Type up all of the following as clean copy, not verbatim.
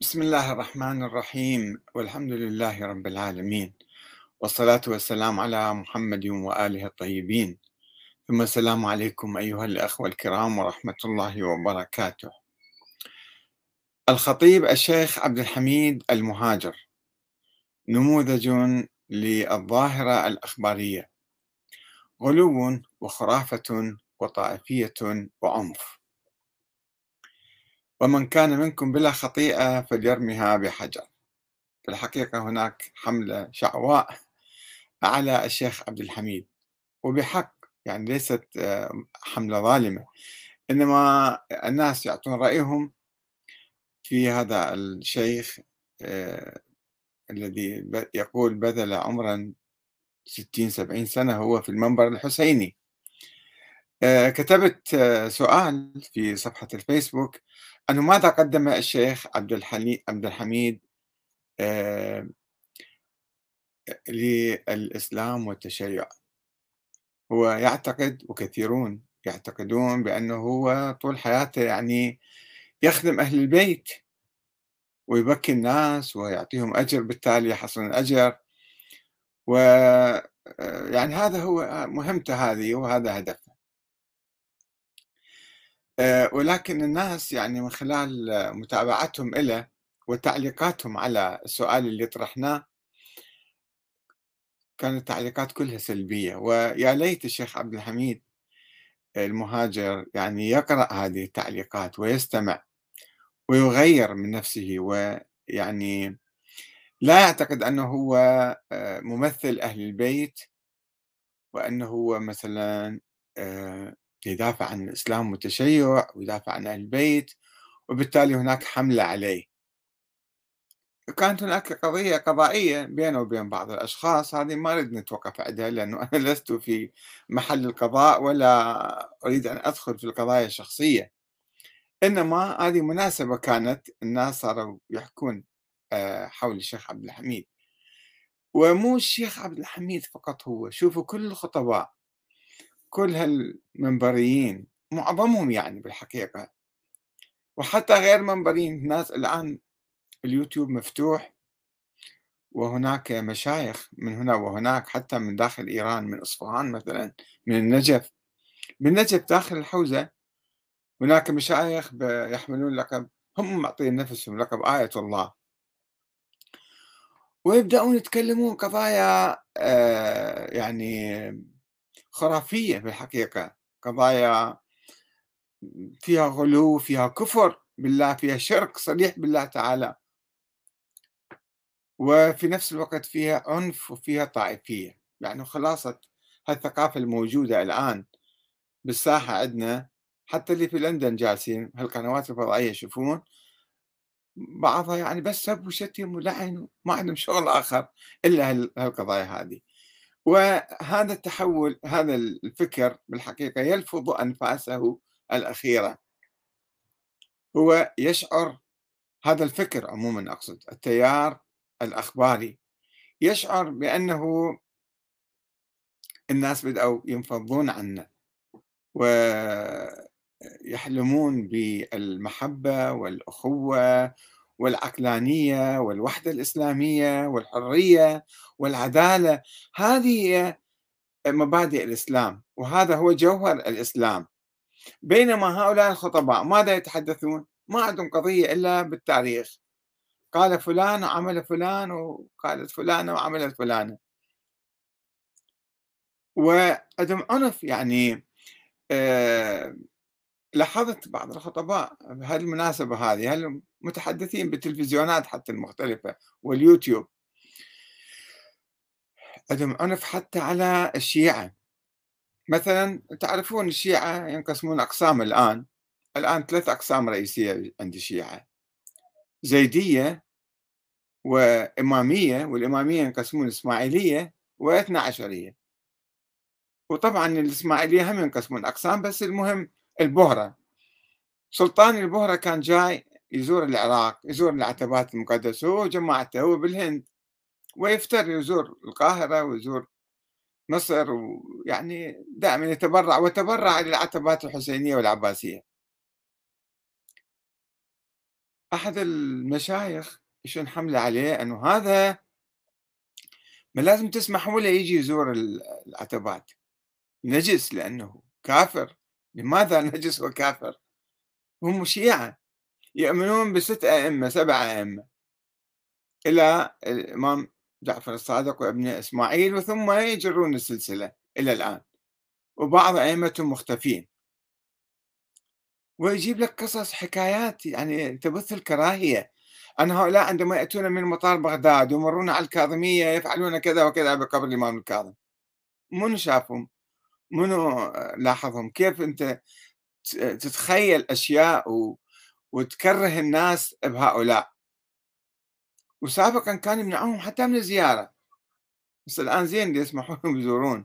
بسم الله الرحمن الرحيم والحمد لله رب العالمين والصلاة والسلام على محمد وآله الطيبين ثم السلام عليكم أيها الأخوة الكرام ورحمة الله وبركاته. الخطيب الشيخ عبد الحميد المهاجر نموذج للظاهرة الأخبارية، غلو وخرافة وطائفية وعنف، ومن كان منكم بلا خطيئة فليرمها بحجر. في الحقيقة هناك حملة شعواء على الشيخ عبد الحميد، وبحق، يعني ليست حملة ظالمة، إنما الناس يعطون رأيهم في هذا الشيخ آه، الذي يقول بذل عمرا 60-70 سنة هو في المنبر الحسيني. كتبت سؤال في صفحة الفيسبوك أنه ماذا قدم الشيخ عبد الحميد آه، للإسلام والتشيع. هو يعتقد، وكثيرون يعتقدون، بأنه هو طول حياته يعني يخدم أهل البيت ويبكي الناس ويعطيهم أجر، بالتالي يحصلون الأجر، و يعني هذا هو مهمته هذه وهذا هدفه. ولكن الناس يعني من خلال متابعتهم له وتعليقاتهم على السؤال اللي طرحناه كانت التعليقات كلها سلبية. ويا ليت الشيخ عبد الحميد المهاجر يعني يقرأ هذه التعليقات ويستمع ويغير من نفسه، ويعني لا يعتقد أنه هو ممثل أهل البيت، وأنه هو مثلا يدافع عن الإسلام والتشيع ويدافع عن أهل البيت، وبالتالي هناك حملة عليه. كانت هناك قضية قضائية بينه وبين بعض الأشخاص، هذه ما أريد نتوقف عندها لأنه أنا لست في محل القضاء ولا أريد أن أدخل في القضايا الشخصية، إنما هذه مناسبة كانت الناس صاروا يحكون حول الشيخ عبد الحميد. ومو الشيخ عبد الحميد فقط، هو شوفوا كل الخطباء، كل هالمنبريين معظمهم يعني بالحقيقة، وحتى غير منبريين. الناس الآن اليوتيوب مفتوح، وهناك مشايخ من هنا وهناك، حتى من داخل إيران، من إصفهان مثلا، من النجف. بالنجف داخل الحوزة هناك مشايخ يحملون لقب، هم معطين نفسهم لقب آية الله، ويبدأون يتكلمون قضايا يعني خرافية بالحقيقة، قضايا فيها غلو، فيها كفر بالله، فيها شرك صريح بالله تعالى، وفي نفس الوقت فيها عنف وفيها طائفية. يعني خلاصة هالثقافة الموجودة الآن بالساحة عندنا، حتى اللي في لندن جالسين هالقنوات الفضائية يشوفون بعضها يعني بس سب وشتم ولعن، ما عندهم شغل آخر إلا هالقضايا هذه. وهذا التحول، هذا الفكر بالحقيقة يلفظ أنفاسه الأخيرة. هو يشعر، هذا الفكر عموما أقصد التيار الأخباري، يشعر بأنه الناس بدأوا ينفضون عنه ويحلمون بالمحبة والأخوة والعقلانية والوحدة الإسلامية والحرية والعدالة. هذه هي مبادئ الإسلام، وهذا هو جوهر الإسلام. بينما هؤلاء الخطباء ماذا يتحدثون؟ ما عندهم قضية إلا بالتاريخ، قال فلان وعمل فلان، وقالت فلانة وعملت فلانة، وعندهم عنف. يعني آه، لاحظت بعض الخطباء بهالمناسبة هذه، المتحدثين بالتلفزيونات حتى المختلفة واليوتيوب، عندهم عنف حتى على الشيعة. مثلا تعرفون الشيعة ينقسمون أقسام الآن 3 أقسام رئيسية عند الشيعة: زيدية وإمامية، والإمامية ينقسمون إسماعيلية واثنا عشرية، وطبعا الإسماعيلية هم ينقسمون أقسام، بس المهم البهرة. سلطان البهرة كان جاي يزور العراق، يزور العتبات المقدسة، هو وجماعته، هو بالهند، ويفتر يزور القاهرة ويزور مصر، ويعني دائما يتبرع، وتبرع للعتبات الحسينية والعباسية. أحد المشايخ يشن حملة عليه أنه هذا ما لازم تسمحوا له يجي يزور العتبات، نجس لأنه كافر. لماذا نجس وكافر؟ هم شيعة يؤمنون ب6 أئمة 7 أئمة إلى الإمام جعفر الصادق وابنه إسماعيل، وثم يجرون السلسلة إلى الآن، وبعض أئمتهم مختفين، ويجيب لك قصص حكايات يعني تبث الكراهية أن هؤلاء عندما يأتون من مطار بغداد ويمرون على الكاظمية يفعلون كذا وكذا بقبر الإمام الكاظم. منو شافهم؟ منو لاحظهم؟ كيف أنت تتخيل أشياء وتكره الناس بهؤلاء؟ وسابقا كانوا يمنعوهم حتى من الزيارة، بس الآن زين يسمحوا لهم يزورون.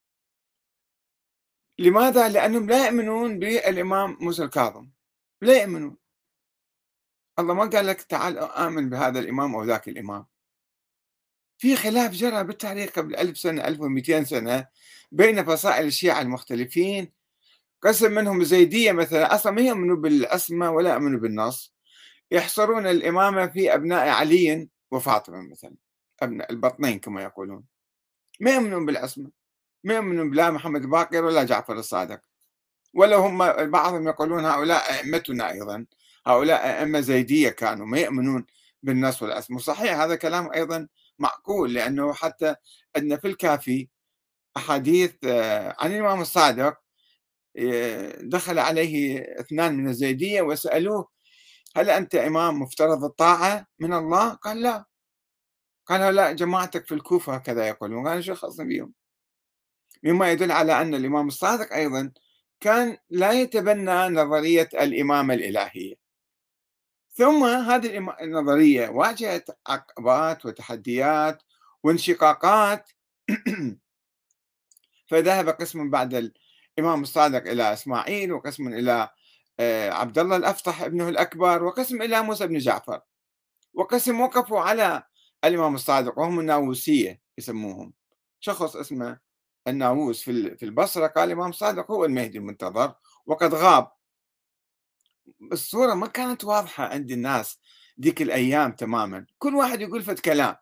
لماذا؟ لأنهم لا يؤمنون بالإمام موسى الكاظم، لا يؤمنون. الله ما قال لك تعال آمن بهذا الإمام أو ذاك الإمام. في خلاف جرى بالتاريخ قبل 1000 سنة 1200 سنة بين فصائل الشيعة المختلفين. قسم منهم الزيدية مثلا أصلا ما يؤمنوا بالعصمة ولا يؤمنوا بالنص، يحصرون الإمامة في أبناء علي وفاطمة مثلا، أبناء البطنين كما يقولون. ما يؤمنون بالعصمة، ما يؤمنون بلا محمد باقر ولا جعفر الصادق، ولو هم بعضهم يقولون هؤلاء أئمتنا أيضا، هؤلاء أئمة زيدية كانوا ما يؤمنون بالنص والعصمة. صحيح هذا كلام أيضا معقول، لأنه حتى عندنا في الكافي أحاديث عن الإمام الصادق. دخل عليه 2 من الزيدية وسألوه هل أنت إمام مفترض الطاعة من الله؟ قال لا. قال هؤلاء جماعتك في الكوفة هكذا يقولون. قال شو خاصة بهم؟ مما يدل على أن الإمام الصادق أيضا كان لا يتبنى نظرية الإمامة الإلهية. ثم هذه النظرية واجهت عقبات وتحديات وانشقاقات فذهب قسم بعد الإمام الصادق إلى إسماعيل، وقسم إلى عبد الله الأفطح ابنه الأكبر، وقسم إلى موسى بن جعفر، وقسم وقفوا على الإمام الصادق وهم الناووسية يسموهم. شخص اسمه الناووس في البصرة قال الإمام الصادق هو المهدي المنتظر وقد غاب. الصورة ما كانت واضحة عند الناس ذيك الأيام تماما، كل واحد يقول فد كلام،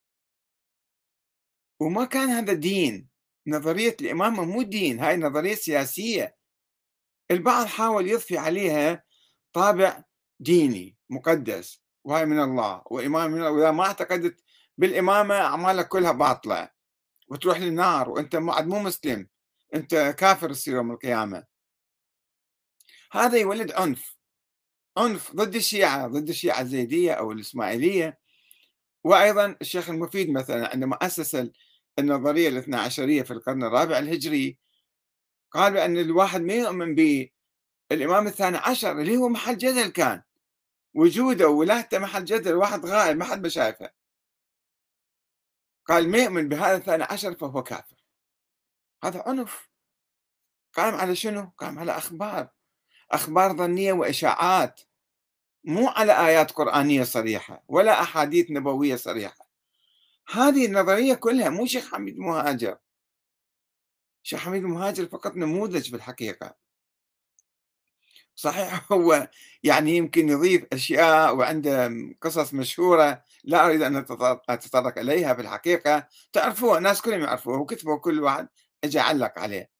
وما كان هذا دين. نظرية الإمامة مو دين، هاي نظرية سياسية. البعض حاول يضفي عليها طابع ديني مقدس، وهاي من الله وإمام من الله، وإذا ما اعتقدت بالإمامة أعمالك كلها باطلة وتروح للنار وأنت مو مسلم، أنت كافر تصير يوم القيامة. هذا يولد عنف، عنف ضد الشيعة، ضد الشيعة الزيدية أو الإسماعيلية. وأيضا الشيخ المفيد مثلا عندما أسس النظرية الاثنى عشرية في القرن الرابع الهجري قال بأن الواحد ما يؤمن بالإمام الثاني عشر اللي هو محل جدل، كان وجوده وولاهته محل جدل، واحد غائب ما حد ما شايفه. قال ما يؤمن بهذا الثاني عشر فهو كافر. هذا عنف قائم على شنو؟ قائم على أخبار ظنية وإشاعات، مو على آيات قرآنية صريحة ولا أحاديث نبوية صريحة. هذه النظرية كلها مو شيخ حميد مهاجر. شيخ حميد المهاجر فقط نموذج بالحقيقة. صحيح هو يعني يمكن يضيف أشياء وعنده قصص مشهورة لا أريد أن أتطرق إليها، في الحقيقة تعرفوها، الناس كلهم يعرفوها وكتبوا، كل واحد أجي أعلق عليه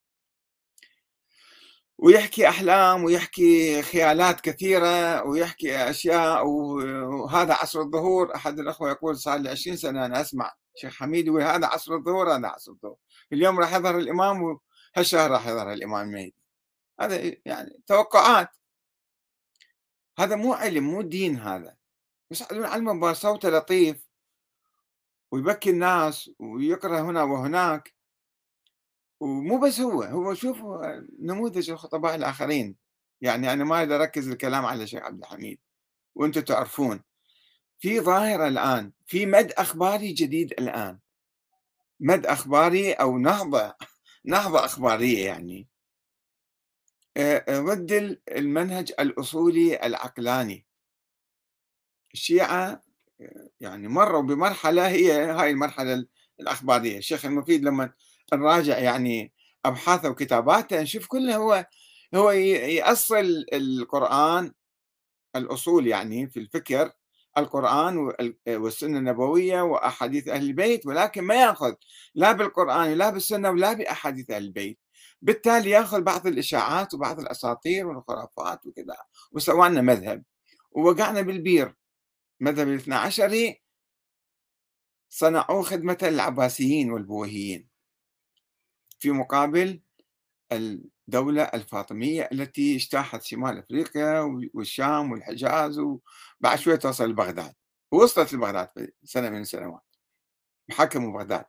ويحكي أحلام ويحكي خيالات كثيرة ويحكي أشياء. وهذا عصر الظهور. أحد الأخوة يقول صار لي 20 سنة أنا أسمع شيخ حميد يقول هذا عصر الظهور، هذا عصر الظهور، اليوم راح يظهر الإمام وهالشهر راح يظهر الإمام المهدي. هذا يعني توقعات، هذا مو علم مو دين. هذا يسألون علما بصوته لطيف ويبكي الناس ويقرأ هنا وهناك. ومو بس هو شوفوا نموذج الخطباء الآخرين. يعني أنا ما أريد أركز الكلام على الشيخ عبد الحميد، وأنتم تعرفون في ظاهرة الآن، في مد أخباري جديد الآن، مد أخباري أو نهضة أخبارية يعني ضد المنهج الأصولي العقلاني. الشيعة يعني مروا بمرحلة هي هاي المرحلة الأخبارية. الشيخ المفيد لما نراجع يعني أبحاثه وكتاباته نشوف كله هو يأصل القرآن الأصول يعني في الفكر القرآن والسنة النبوية وأحاديث أهل البيت، ولكن ما يأخذ لا بالقرآن ولا بالسنة ولا بأحاديث أهل البيت، بالتالي يأخذ بعض الإشاعات وبعض الأساطير والخرافات وكذا، وسوى لنا مذهب ووقعنا بالبير. مذهب الاثنى عشري صنعوه خدمة للعباسيين والبويهيين في مقابل الدولة الفاطمية التي اجتاحت شمال أفريقيا والشام والحجاز، وبعد شوية توصل لبغداد، ووصلت لبغداد في سنة من السنوات وحكموا بغداد.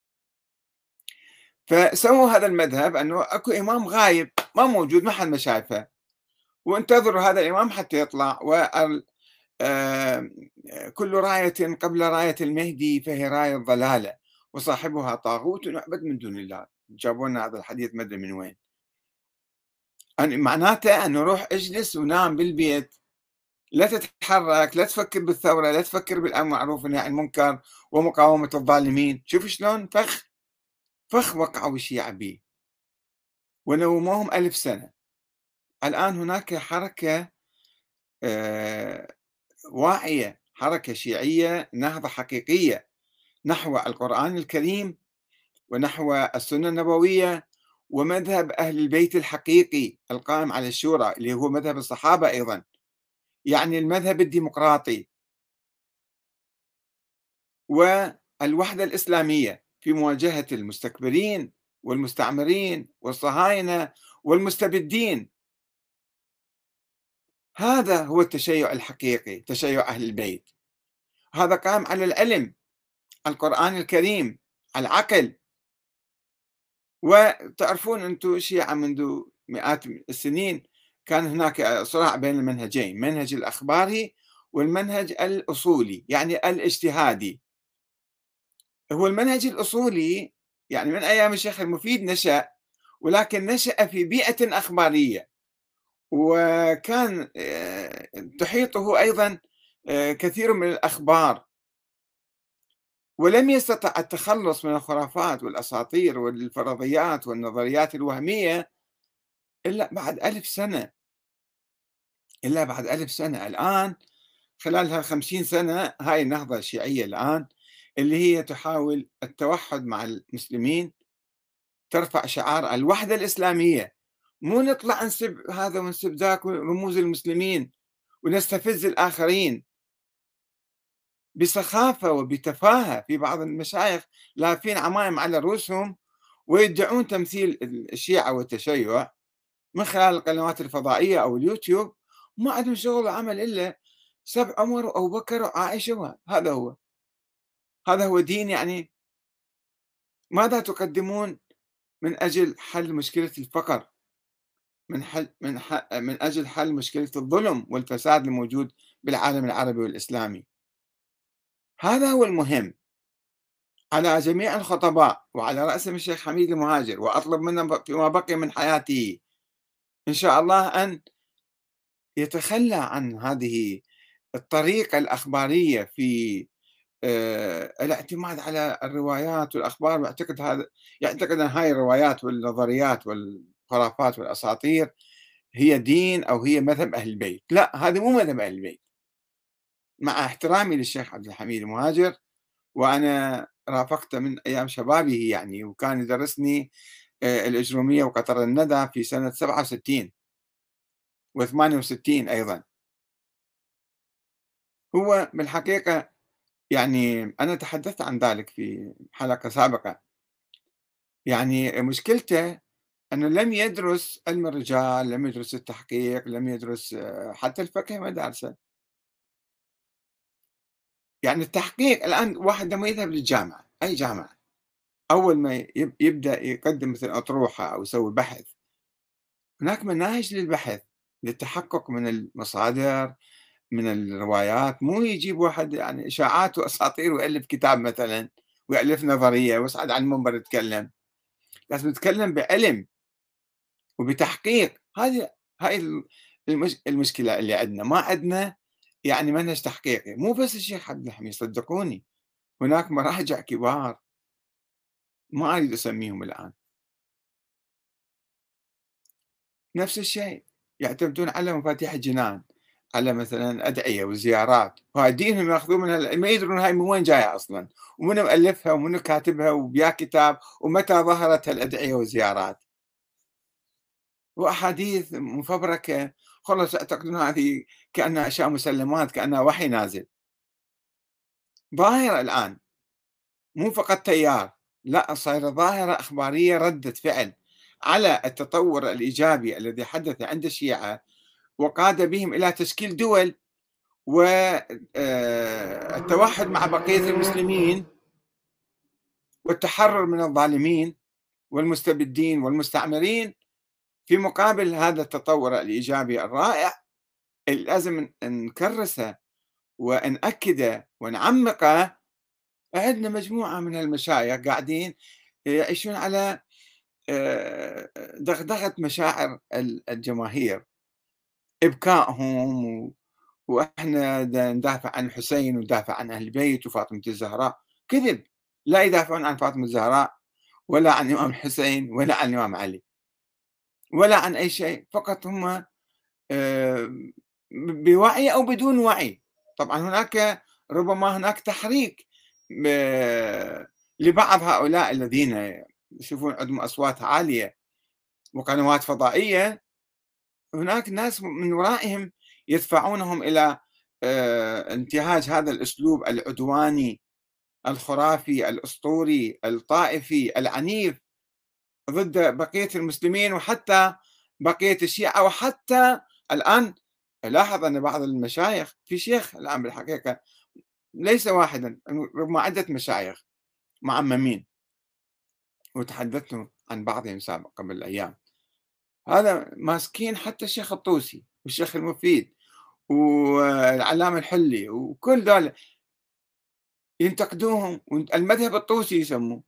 فسووا هذا المذهب أنه أكو إمام غايب ما موجود، ما حد ما شايفه، وانتظروا هذا الإمام حتى يطلع، آه، كل راية قبل راية المهدي فهي راية ضلالة وصاحبها طاغوت يعبد من دون الله. جابوا لنا هذا الحديث ما أدري من وين. يعني معناته أنه روح اجلس ونام بالبيت، لا تتحرك، لا تفكر بالثورة، لا تفكر بالأمر بالمعروف والنهي عن المنكر ومقاومة الظالمين. شوف شلون فخ وقعوا الشيعة به ونوموهم 1000 سنة. الآن هناك حركة آه، واعية، حركة شيعية، نهضة حقيقية نحو القرآن الكريم ونحو السنة النبوية ومذهب أهل البيت الحقيقي القائم على الشورى اللي هو مذهب الصحابة أيضا، يعني المذهب الديمقراطي والوحدة الإسلامية في مواجهة المستكبرين والمستعمرين والصهاينة والمستبدين. هذا هو التشيع الحقيقي، تشيع أهل البيت. هذا قائم على العلم، القرآن الكريم، العقل. وتعرفون أنتم شيعة منذ مئات السنين كان هناك صراع بين المنهجين، منهج الأخباري والمنهج الأصولي يعني الاجتهادي. هو المنهج الأصولي يعني من أيام الشيخ المفيد نشأ، ولكن نشأ في بيئة أخبارية، وكان تحيطه أيضا كثير من الأخبار، ولم يستطع التخلص من الخرافات والأساطير والفرضيات والنظريات الوهمية إلا بعد 1000 سنة. إلا بعد 1000 سنة. الآن خلال ها50 سنة هاي النهضة الشيعية الآن اللي هي تحاول التوحد مع المسلمين، ترفع شعار الوحدة الإسلامية، مو نطلع نسب هذا ونسب ذاك ورموز المسلمين ونستفز الآخرين بسخافة وبتفاهة. في بعض المشايخ لافين عمايم على رؤوسهم ويدعون تمثيل الشيعة والتشيع من خلال القنوات الفضائية أو اليوتيوب، ما عندهم شغل وعمل إلا سب عمر وأبو بكر وعائشة. هذا هو دين يعني؟ ماذا تقدمون من أجل حل مشكلة الفقر، من أجل حل مشكلة الظلم والفساد الموجود بالعالم العربي والإسلامي؟ هذا هو المهم على جميع الخطباء وعلى رأسهم الشيخ حميد المهاجر، وأطلب منه فيما بقي من حياته إن شاء الله أن يتخلى عن هذه الطريقة الأخبارية في الاعتماد على الروايات والأخبار، يعتقد أن هاي الروايات والنظريات والخرافات والأساطير هي دين أو هي مذهب أهل البيت. لا، هذا مو مذهب أهل البيت. مع احترامي للشيخ عبد الحميد المهاجر، وأنا رافقته من أيام شبابه يعني، وكان يدرسني الإجرومية وقطر الندى في سنة 67 و68 أيضا. هو بالحقيقة يعني أنا تحدثت عن ذلك في حلقة سابقة. يعني مشكلته أنه لم يدرس علم الرجال، لم يدرس التحقيق، لم يدرس حتى الفقه ما دارسه. يعني التحقيق الآن واحد لما يذهب للجامعة، أي جامعة، أول ما يبدأ يقدم مثل أطروحة أو يسوي بحث، هناك مناهج للبحث للتحقق من المصادر، من الروايات. مو يجيب واحد يعني إشاعات وأساطير ويألف كتاب مثلا ويألف نظرية ويصعد على المنبر يتكلم. لازم نتكلم بعلم وبتحقيق. هاي المشكلة اللي عندنا، ما عندنا يعني منهج تحقيقي. مو بس الشيخ عبد الحميد، صدقوني هناك مراجع كبار ما أريد أسميهم الآن نفس الشيء، يعتمدون على مفاتيح الجنان، على مثلًا أدعية وزيارات، وهاي دينهم ياخذون منها ما يدرون هاي من وين جاية أصلًا، ومنو مألفها ومنو كاتبها وبيا كتاب، ومتى ظهرت هالأدعية والزيارات، وأحاديث مفبركة، خلاص يعتقدون هذه كأنها أشياء مسلمات، كأنها وحي نازل. ظاهرة الآن مو فقط تيار، لأ صايرة ظاهرة إخبارية ردة فعل على التطور الإيجابي الذي حدث عند الشيعة، وقاد بهم إلى تشكيل دول والتوحد مع بقية المسلمين والتحرر من الظالمين والمستبدين والمستعمرين، في مقابل هذا التطور الإيجابي الرائع اللي لازم نكرسه ونأكده ونعمقه. عندنا مجموعة من المشايخ قاعدين يعيشون على دغدغة مشاعر الجماهير، إبكائهم وإحنا ندافع عن الحسين وندافع عن أهل البيت وفاطمة الزهراء. كذب، لا يدافعون عن فاطمة الزهراء ولا عن الإمام الحسين ولا عن الإمام علي ولا عن أي شيء، فقط هم آآ بوعي أو بدون وعي. طبعًا ربما هناك تحريك ب لبعض هؤلاء الذين يشوفون عندهم أصوات عالية وقنوات فضائية، هناك ناس من ورائهم يدفعونهم إلى انتهاج هذا الأسلوب العدواني الخرافي الأسطوري الطائفي العنيف ضد بقية المسلمين وحتى بقية الشيعة. وحتى الآن لاحظ أن بعض المشايخ، في شيخ الآن بالحقيقة ليس واحدا، ربما عدة مشايخ معممين وتحدثت عن بعضهم سابقا قبل أيام، هذا ماسكين حتى الشيخ الطوسي والشيخ المفيد والعلامة الحلي وكل ذول ينتقدوهم، المذهب الطوسي يسموه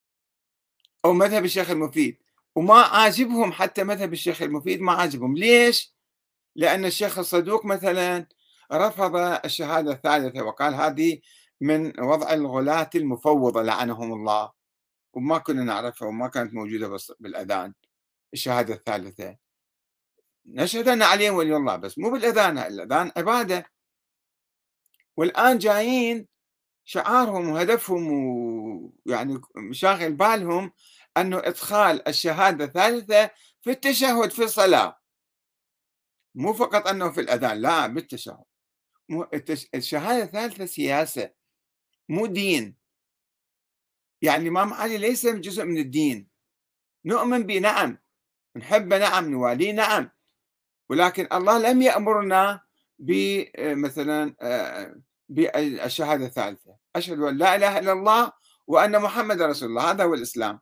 أو مذهب الشيخ المفيد، وما عاجبهم حتى مذهب الشيخ المفيد ما عاجبهم. ليش؟ لأن الشيخ الصدوق مثلا رفض الشهادة الثالثة وقال هذه من وضع الغلاة المفوضة لعنهم الله، وما كنا نعرفها وما كانت موجودة بالأذان الشهادة الثالثة. نشهد أن عليهم ولي الله بس مو بالأذان، الأذان عبادة. والآن جايين شعارهم وهدفهم ويعني شاغل بالهم أنه إدخال الشهادة الثالثة في التشهد في الصلاة، مو فقط أنه في الأذان، لا بالتشهد. الشهادة الثالثة سياسة مو دين. يعني الإمام علي ليس جزء من الدين، نؤمن به نعم، نحبه نعم، نواليه نعم، ولكن الله لم يأمرنا بمثلا بالشهادة الثالثة، أشهد أن لا إله إلا الله وأن محمد رسول الله، هذا هو الإسلام.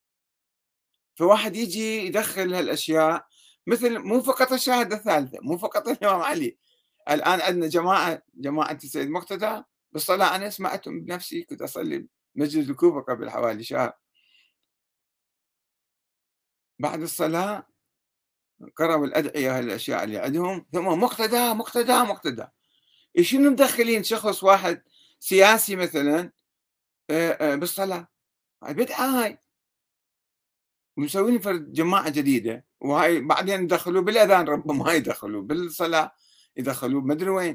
فواحد يجي يدخل هالأشياء، مثل مو فقط الشهادة الثالثة، مو فقط الإمام علي. الآن عندنا جماعة السيد مقتدى بالصلاة، أنا سمعتهم بنفسي، كنت أصلي بمسجد الكوفة قبل حوالي شهر، بعد الصلاة قرأوا الأدعية هالأشياء اللي عندهم ثم مقتدى مقتدى مقتدى. شنو مدخلين شخص واحد سياسي مثلا بالصلاة؟ هاي بدعة هاي، ومسوين فرد جماعة جديدة، وهاي بعدين يدخلوه بالأذان، ربما يدخلوه بالصلاة، يدخلوه بمدري وين.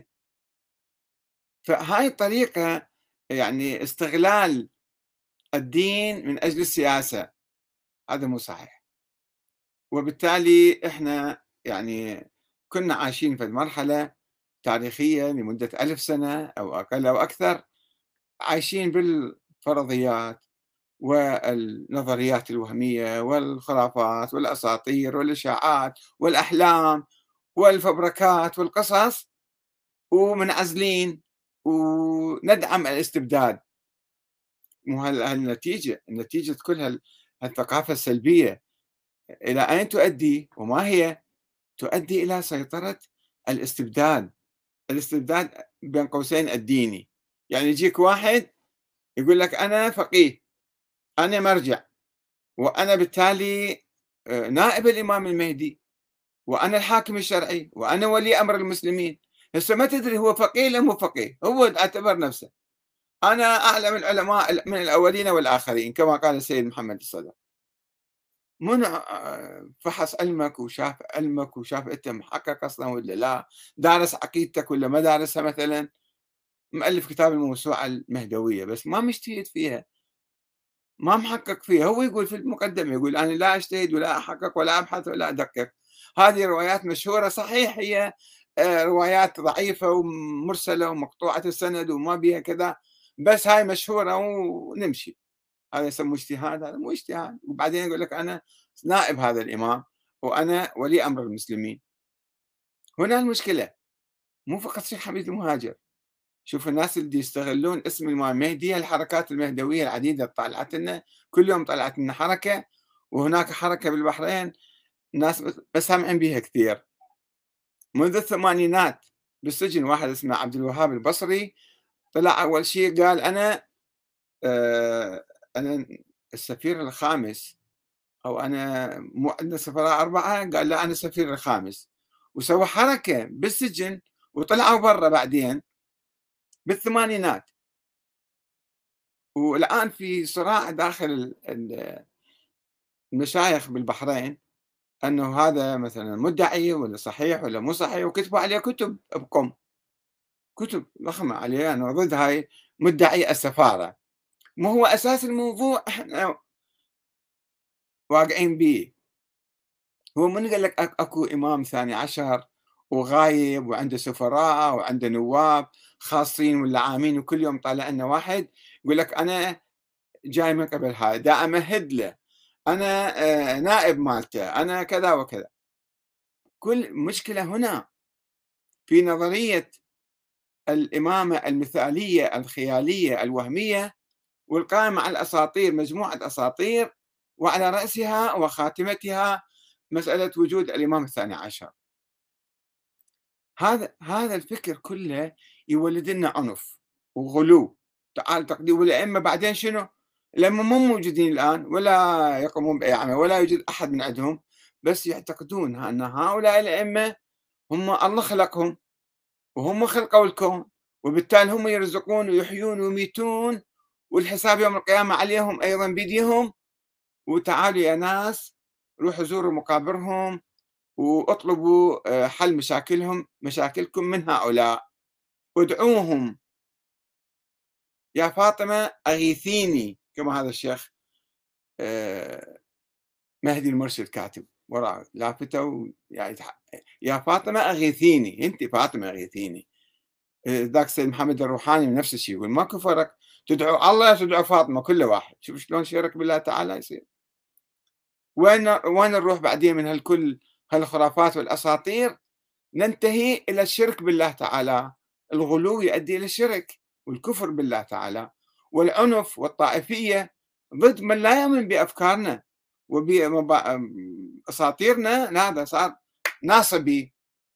فهاي الطريقة يعني استغلال الدين من أجل السياسة، هذا مو صحيح. وبالتالي إحنا يعني كنا عايشين في المرحلة تاريخية لمدة 1000 سنة أو أقل أو أكثر، عايشين بالفرضيات والنظريات الوهمية والخرافات والأساطير والإشاعات والأحلام والفبركات والقصص، ومنعزلين وندعم الاستبداد. النتيجة، نتيجة كل هالثقافة السلبية إلى أين تؤدي وما هي؟ تؤدي إلى سيطرة الاستبداد، الاستبداد بين قوسين الديني. يعني يجيك واحد يقول لك أنا فقيه، أنا مرجع، وأنا بالتالي نائب الإمام المهدي، وأنا الحاكم الشرعي، وأنا ولي أمر المسلمين. هسه ما تدري هو فقيه ولا مو فقيه، هو اعتبر نفسه أنا أعلم العلماء من الأولين والآخرين كما قال السيد محمد الصدر. منو فحص علمك وشاف علمك وشاف أنت محقق أصلًا والّا لا، دارس عقيدتك والّا ما دارسها مثلًا، مؤلف كتاب الموسوعة المهدوية بس ما مجتهد فيها، ما محقق فيها، هو يقول في المقدمة يقول أنا لا أجتهد ولا أحقق ولا أبحث ولا أدقق، هذه روايات مشهورة صحيح هي روايات ضعيفة ومرسلة ومقطوعة السند وما بيها كذا، بس هاي مشهورة ونمشي. هذا يسموه اجتهاد؟ هذا مو اجتهاد، وبعدين يقول لك أنا نائب هذا الإمام وأنا ولي أمر المسلمين، هنا المشكلة، مو فقط الشيخ حميد المهاجر، شوف الناس اللي يستغلون اسم الإمام المهدي الحركات المهدوية العديدة طلعت لنا، كل يوم طلعت لنا حركة، وهناك حركة بالبحرين ناس مسامعين بها كثير، منذ الثمانينات بالسجن واحد اسمه عبد الوهاب البصري طلع أول شيء قال أنا السفير الخامس أو أنا مو عندنا سفراء 4 قال لا أنا السفير الخامس، وسوى حركة بالسجن وطلعوا برّا بعدين بالثمانينات، والآن في صراع داخل المشايخ بالبحرين أنه هذا مثلًا مدعي والّا صحيح والّا مو صحيح، وكتبوا عليه كتب بقم، كتب ضخمة عليه أنه ضد هاي مدعي السفارة، ما هو أساس الموضوع إحنا واقعين بيه. هو من قال لك أكو إمام ثاني عشر وغايب وعنده سفراء وعنده نواب خاصين والّا عامين وكل يوم طالع لنا واحد يقول لك أنا جاي من قبل هاي، دا أمهِّد له، أنا نائب مالته، أنا كذا وكذا. كل مشكلة هنا في نظرية الإمامة المثالية الخيالية الوهمية والقائمة على الأساطير، مجموعة أساطير وعلى رأسها وخاتمتها مسألة وجود الإمام الثاني عشر. هذا الفكر كله يولد لنا عنف وغلو، تعال تقدير والأئمة بعدين شنو؟ الأئمة مو موجودين الآن ولا يقومون بأي عمل ولا يوجد أحد من عندهم، بس يعتقدون أن هؤلاء الأئمة هم الله خلقهم وهم خلقوا الكون، وبالتالي هم يرزقون ويحيون ويميتون والحساب يوم القيامة عليهم أيضًا بيديهم، وتعالوا يا ناس روحوا زوروا مقابرهم واطلبوا حل مشاكلكم من هؤلاء، ادعوهم يا فاطمة أغيثيني كما هذا الشيخ آآ مهدي المرشد كاتب وراء لافتة يعني يا فاطمة أغيثيني، أنتِ فاطمة أغيثيني، ذاك السيد محمد الروحاني نفس الشيء يقول ماكو فرق تدعو الله تدعو فاطمة كل واحد، شوف شلون شرك بالله تعالى يصير، وين نروح بعدين من هالكل هالخرافات والأساطير؟ ننتهي إلى الشرك بالله تعالى، الغلو يؤدي إلى الشرك والكفر بالله تعالى، والعنف والطائفية ضد من لا يؤمن بأفكارنا وبأساطيرنا، هذا صار ناصبي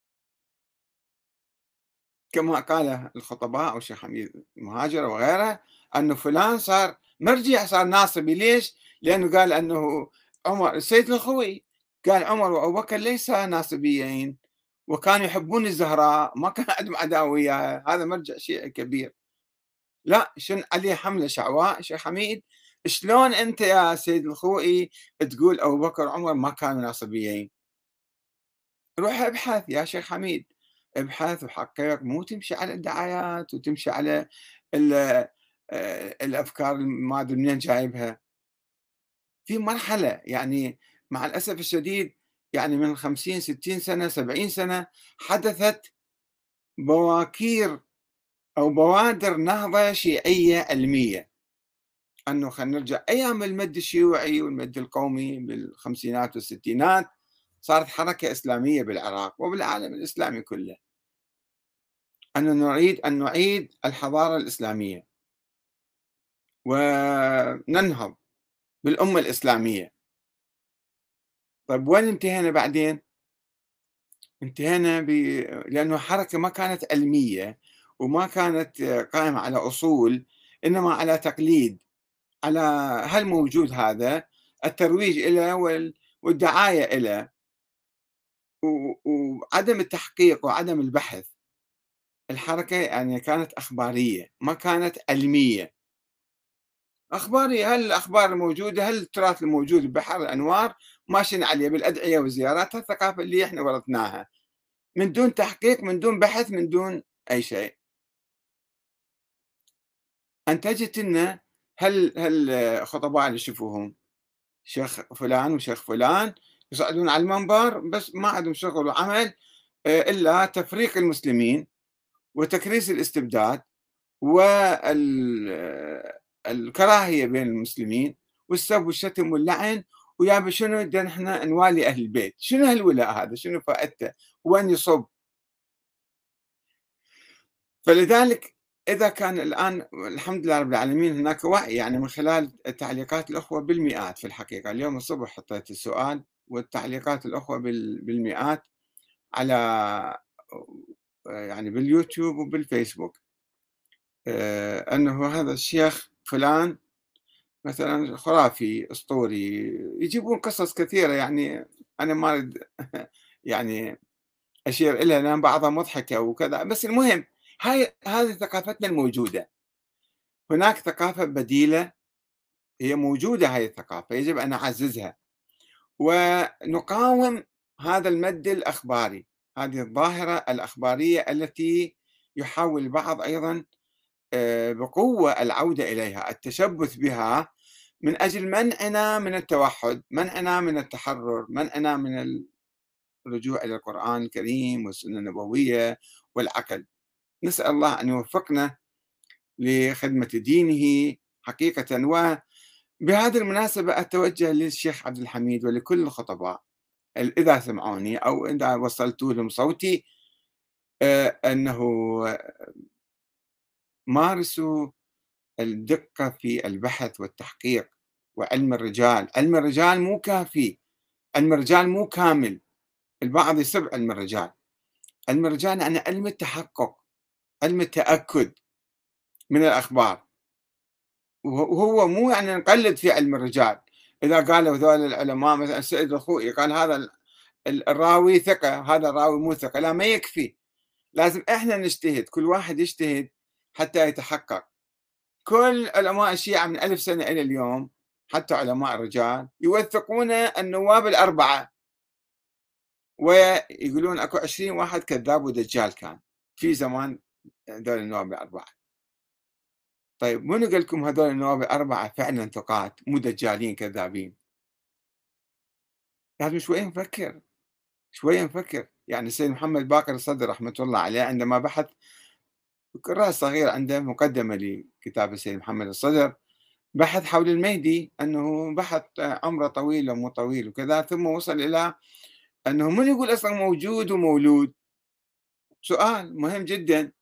كما قال الخطباء والشيخ حميد المهاجر وغيره أنه فلان صار مرجع صار ناصبي ليش؟ لأنه قال أنه عمر السيد الخوي قال عمر وأبو بكر ليسا ناصبيين وكانوا يحبون الزهراء ما كان عندهم عداوة وياها، هذا مرجع شيعي كبير. لا شن عليه حملة شعواء شيخ حميد، شلون أنت يا سيد الخوئي تقول أبو بكر وعمر ما كانوا ناصبيين؟ روح ابحث يا شيخ حميد، ابحث وحقق، مو تمشي على الدعايات وتمشي على ال الأفكار ما أدري منين جايبها. في مرحلة يعني مع الأسف الشديد يعني من 50 60 سنة 70 سنة حدثت بواكير أو بوادر نهضة شيعية علمية، أنه خلينا نرجع أيام المد الشيوعي والمد القومي بالخمسينات والستينات، صارت حركة إسلامية بالعراق وبالعالم الإسلامي كله، أننا نريد أن نعيد الحضارة الإسلامية وننهض بالأمة الإسلامية. طيب وين انتهينا بعدين؟ انتهينا لأنه حركة ما كانت علمية وما كانت قائمة على أصول، إنما على تقليد، على هل موجود هذا، الترويج له والدعاية له وعدم التحقيق وعدم البحث. الحركة يعني كانت أخبارية ما كانت علمية، أخباري، هل الأخبار الموجودة، هل التراث الموجود ببحر الأنوار ماشيين عليه بالأدعية والزيارات، الثقافة اللي إحنا ورثناها من دون تحقيق، من دون بحث، من دون أي شيء. أنتجت لنا خطباء اللي تشوفوهم شيخ فلان وشيخ فلان يصعدون على المنبر بس ما عندهم شغل وعمل إلا تفريق المسلمين وتكريس الاستبداد الكراهية بين المسلمين والسب والشتم واللعن، ويا شنو بدنا احنا نوالي أهل البيت، شنو هالولاء هذا، شنو فائدته، وين يصب؟ فلذلك إذا كان الآن الحمد لله رب العالمين هناك وعي، يعني من خلال تعليقات الأخوة بالمئات في الحقيقة، اليوم الصبح حطيت السؤال والتعليقات الأخوة بالمئات على يعني باليوتيوب وبالفيسبوك، أنه هذا الشيخ فلان مثلًا خرافي، أسطوري، يجيبون قصص كثيرة يعني أنا ما أريد يعني أشير إليها لأن بعضها مضحكة وكذا، بس المهم هذه ثقافتنا الموجودة، هناك ثقافة بديلة هي موجودة، هذه الثقافة يجب أن نعززها ونقاوم هذا المَدّ الأخباري، هذه الظاهرة الأخبارية التي يحاول البعض أيضًا بقوة العودة إليها، التشبث بها من أجل منعنا من التوحد، منعنا من التحرر، منعنا من الرجوع إلى القرآن الكريم والسنة النبوية والعقل. نسأل الله أن يوفقنا لخدمة دينه حقيقة. وبهذه المناسبة أتوجه للشيخ عبد الحميد ولكل الخطباء إذا سمعوني أو إذا وصلت لهم صوتي أنه مارسوا الدقة في البحث والتحقيق وعلم الرجال. علم الرجال مو كافي، علم الرجال مو كامل، البعض يسب علم الرجال. علم الرجال يعني علم التحقق، علم التأكد من الأخبار، وهو مو يعني نقلد في علم الرجال. إذا قالوا هذول العلماء مثلا السيد الخوئي قال هذا الراوي ثقة، هذا الراوي مو ثقة، لا ما يكفي، لازم إحنا نجتهد، كل واحد يجتهد حتى يتحقق. كل علماء الشيعة من 1000 سنة إلى اليوم حتى علماء الرجال يوثقون النواب الأربعة ويقولون أكو 20 واحد كذاب ودجال كان في زمان هذول النواب الأربعة. طيب منو قال لكم هذول النواب الأربعة فعلا ثقات مو دجالين كذابين؟ لازم شوية نفكر، شوية نفكر. يعني السيد محمد باقر الصدر رحمة الله عليه عندما بحث كراس صغير عنده مقدمة لكتاب السيد محمد الصدر، بحث حول المهدي، أنه بحث عمره طويل ومو طويل وكذا، ثم وصل إلى أنه من يقول أصلا موجود ومولود؟ سؤال مهم جدا.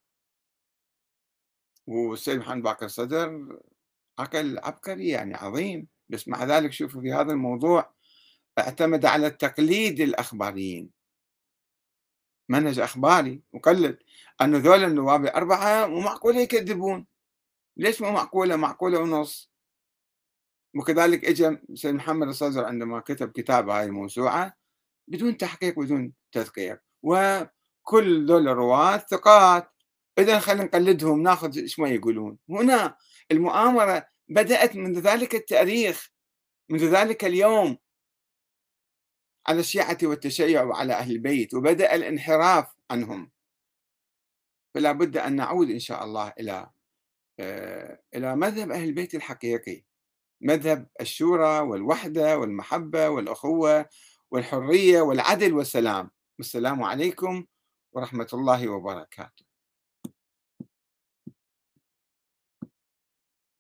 والسيد محمد باقر الصدر عقل عبقري يعني عظيم، بس مع ذلك شوفوا في هذا الموضوع اعتمد على التقليد الأخباريين، منهج أخباري مقلد، أنه ذول النواب الأربعة مو معقولة يكذبون، ليش مو معقولة؟ معقولة ونص. وكذلك اجى سيد محمد الصدر عندما كتب كتابه هاي الموسوعة بدون تحقيق بدون تدقيق، وكل ذول الرواة ثقات، إذا خلينا نقلدهم ناخذ ايش ما يقولون. هنا المؤامرة بدأت منذ ذلك التاريخ، منذ ذلك اليوم، على الشيعة والتشيع وعلى أهل البيت، وبدأ الانحراف عنهم. فلا بد أن نعود إن شاء الله إلى مذهب أهل البيت الحقيقي، مذهب الشورى والوحدة والمحبة والأخوة والحرية والعدل والسلام. والسلام عليكم ورحمة الله وبركاته.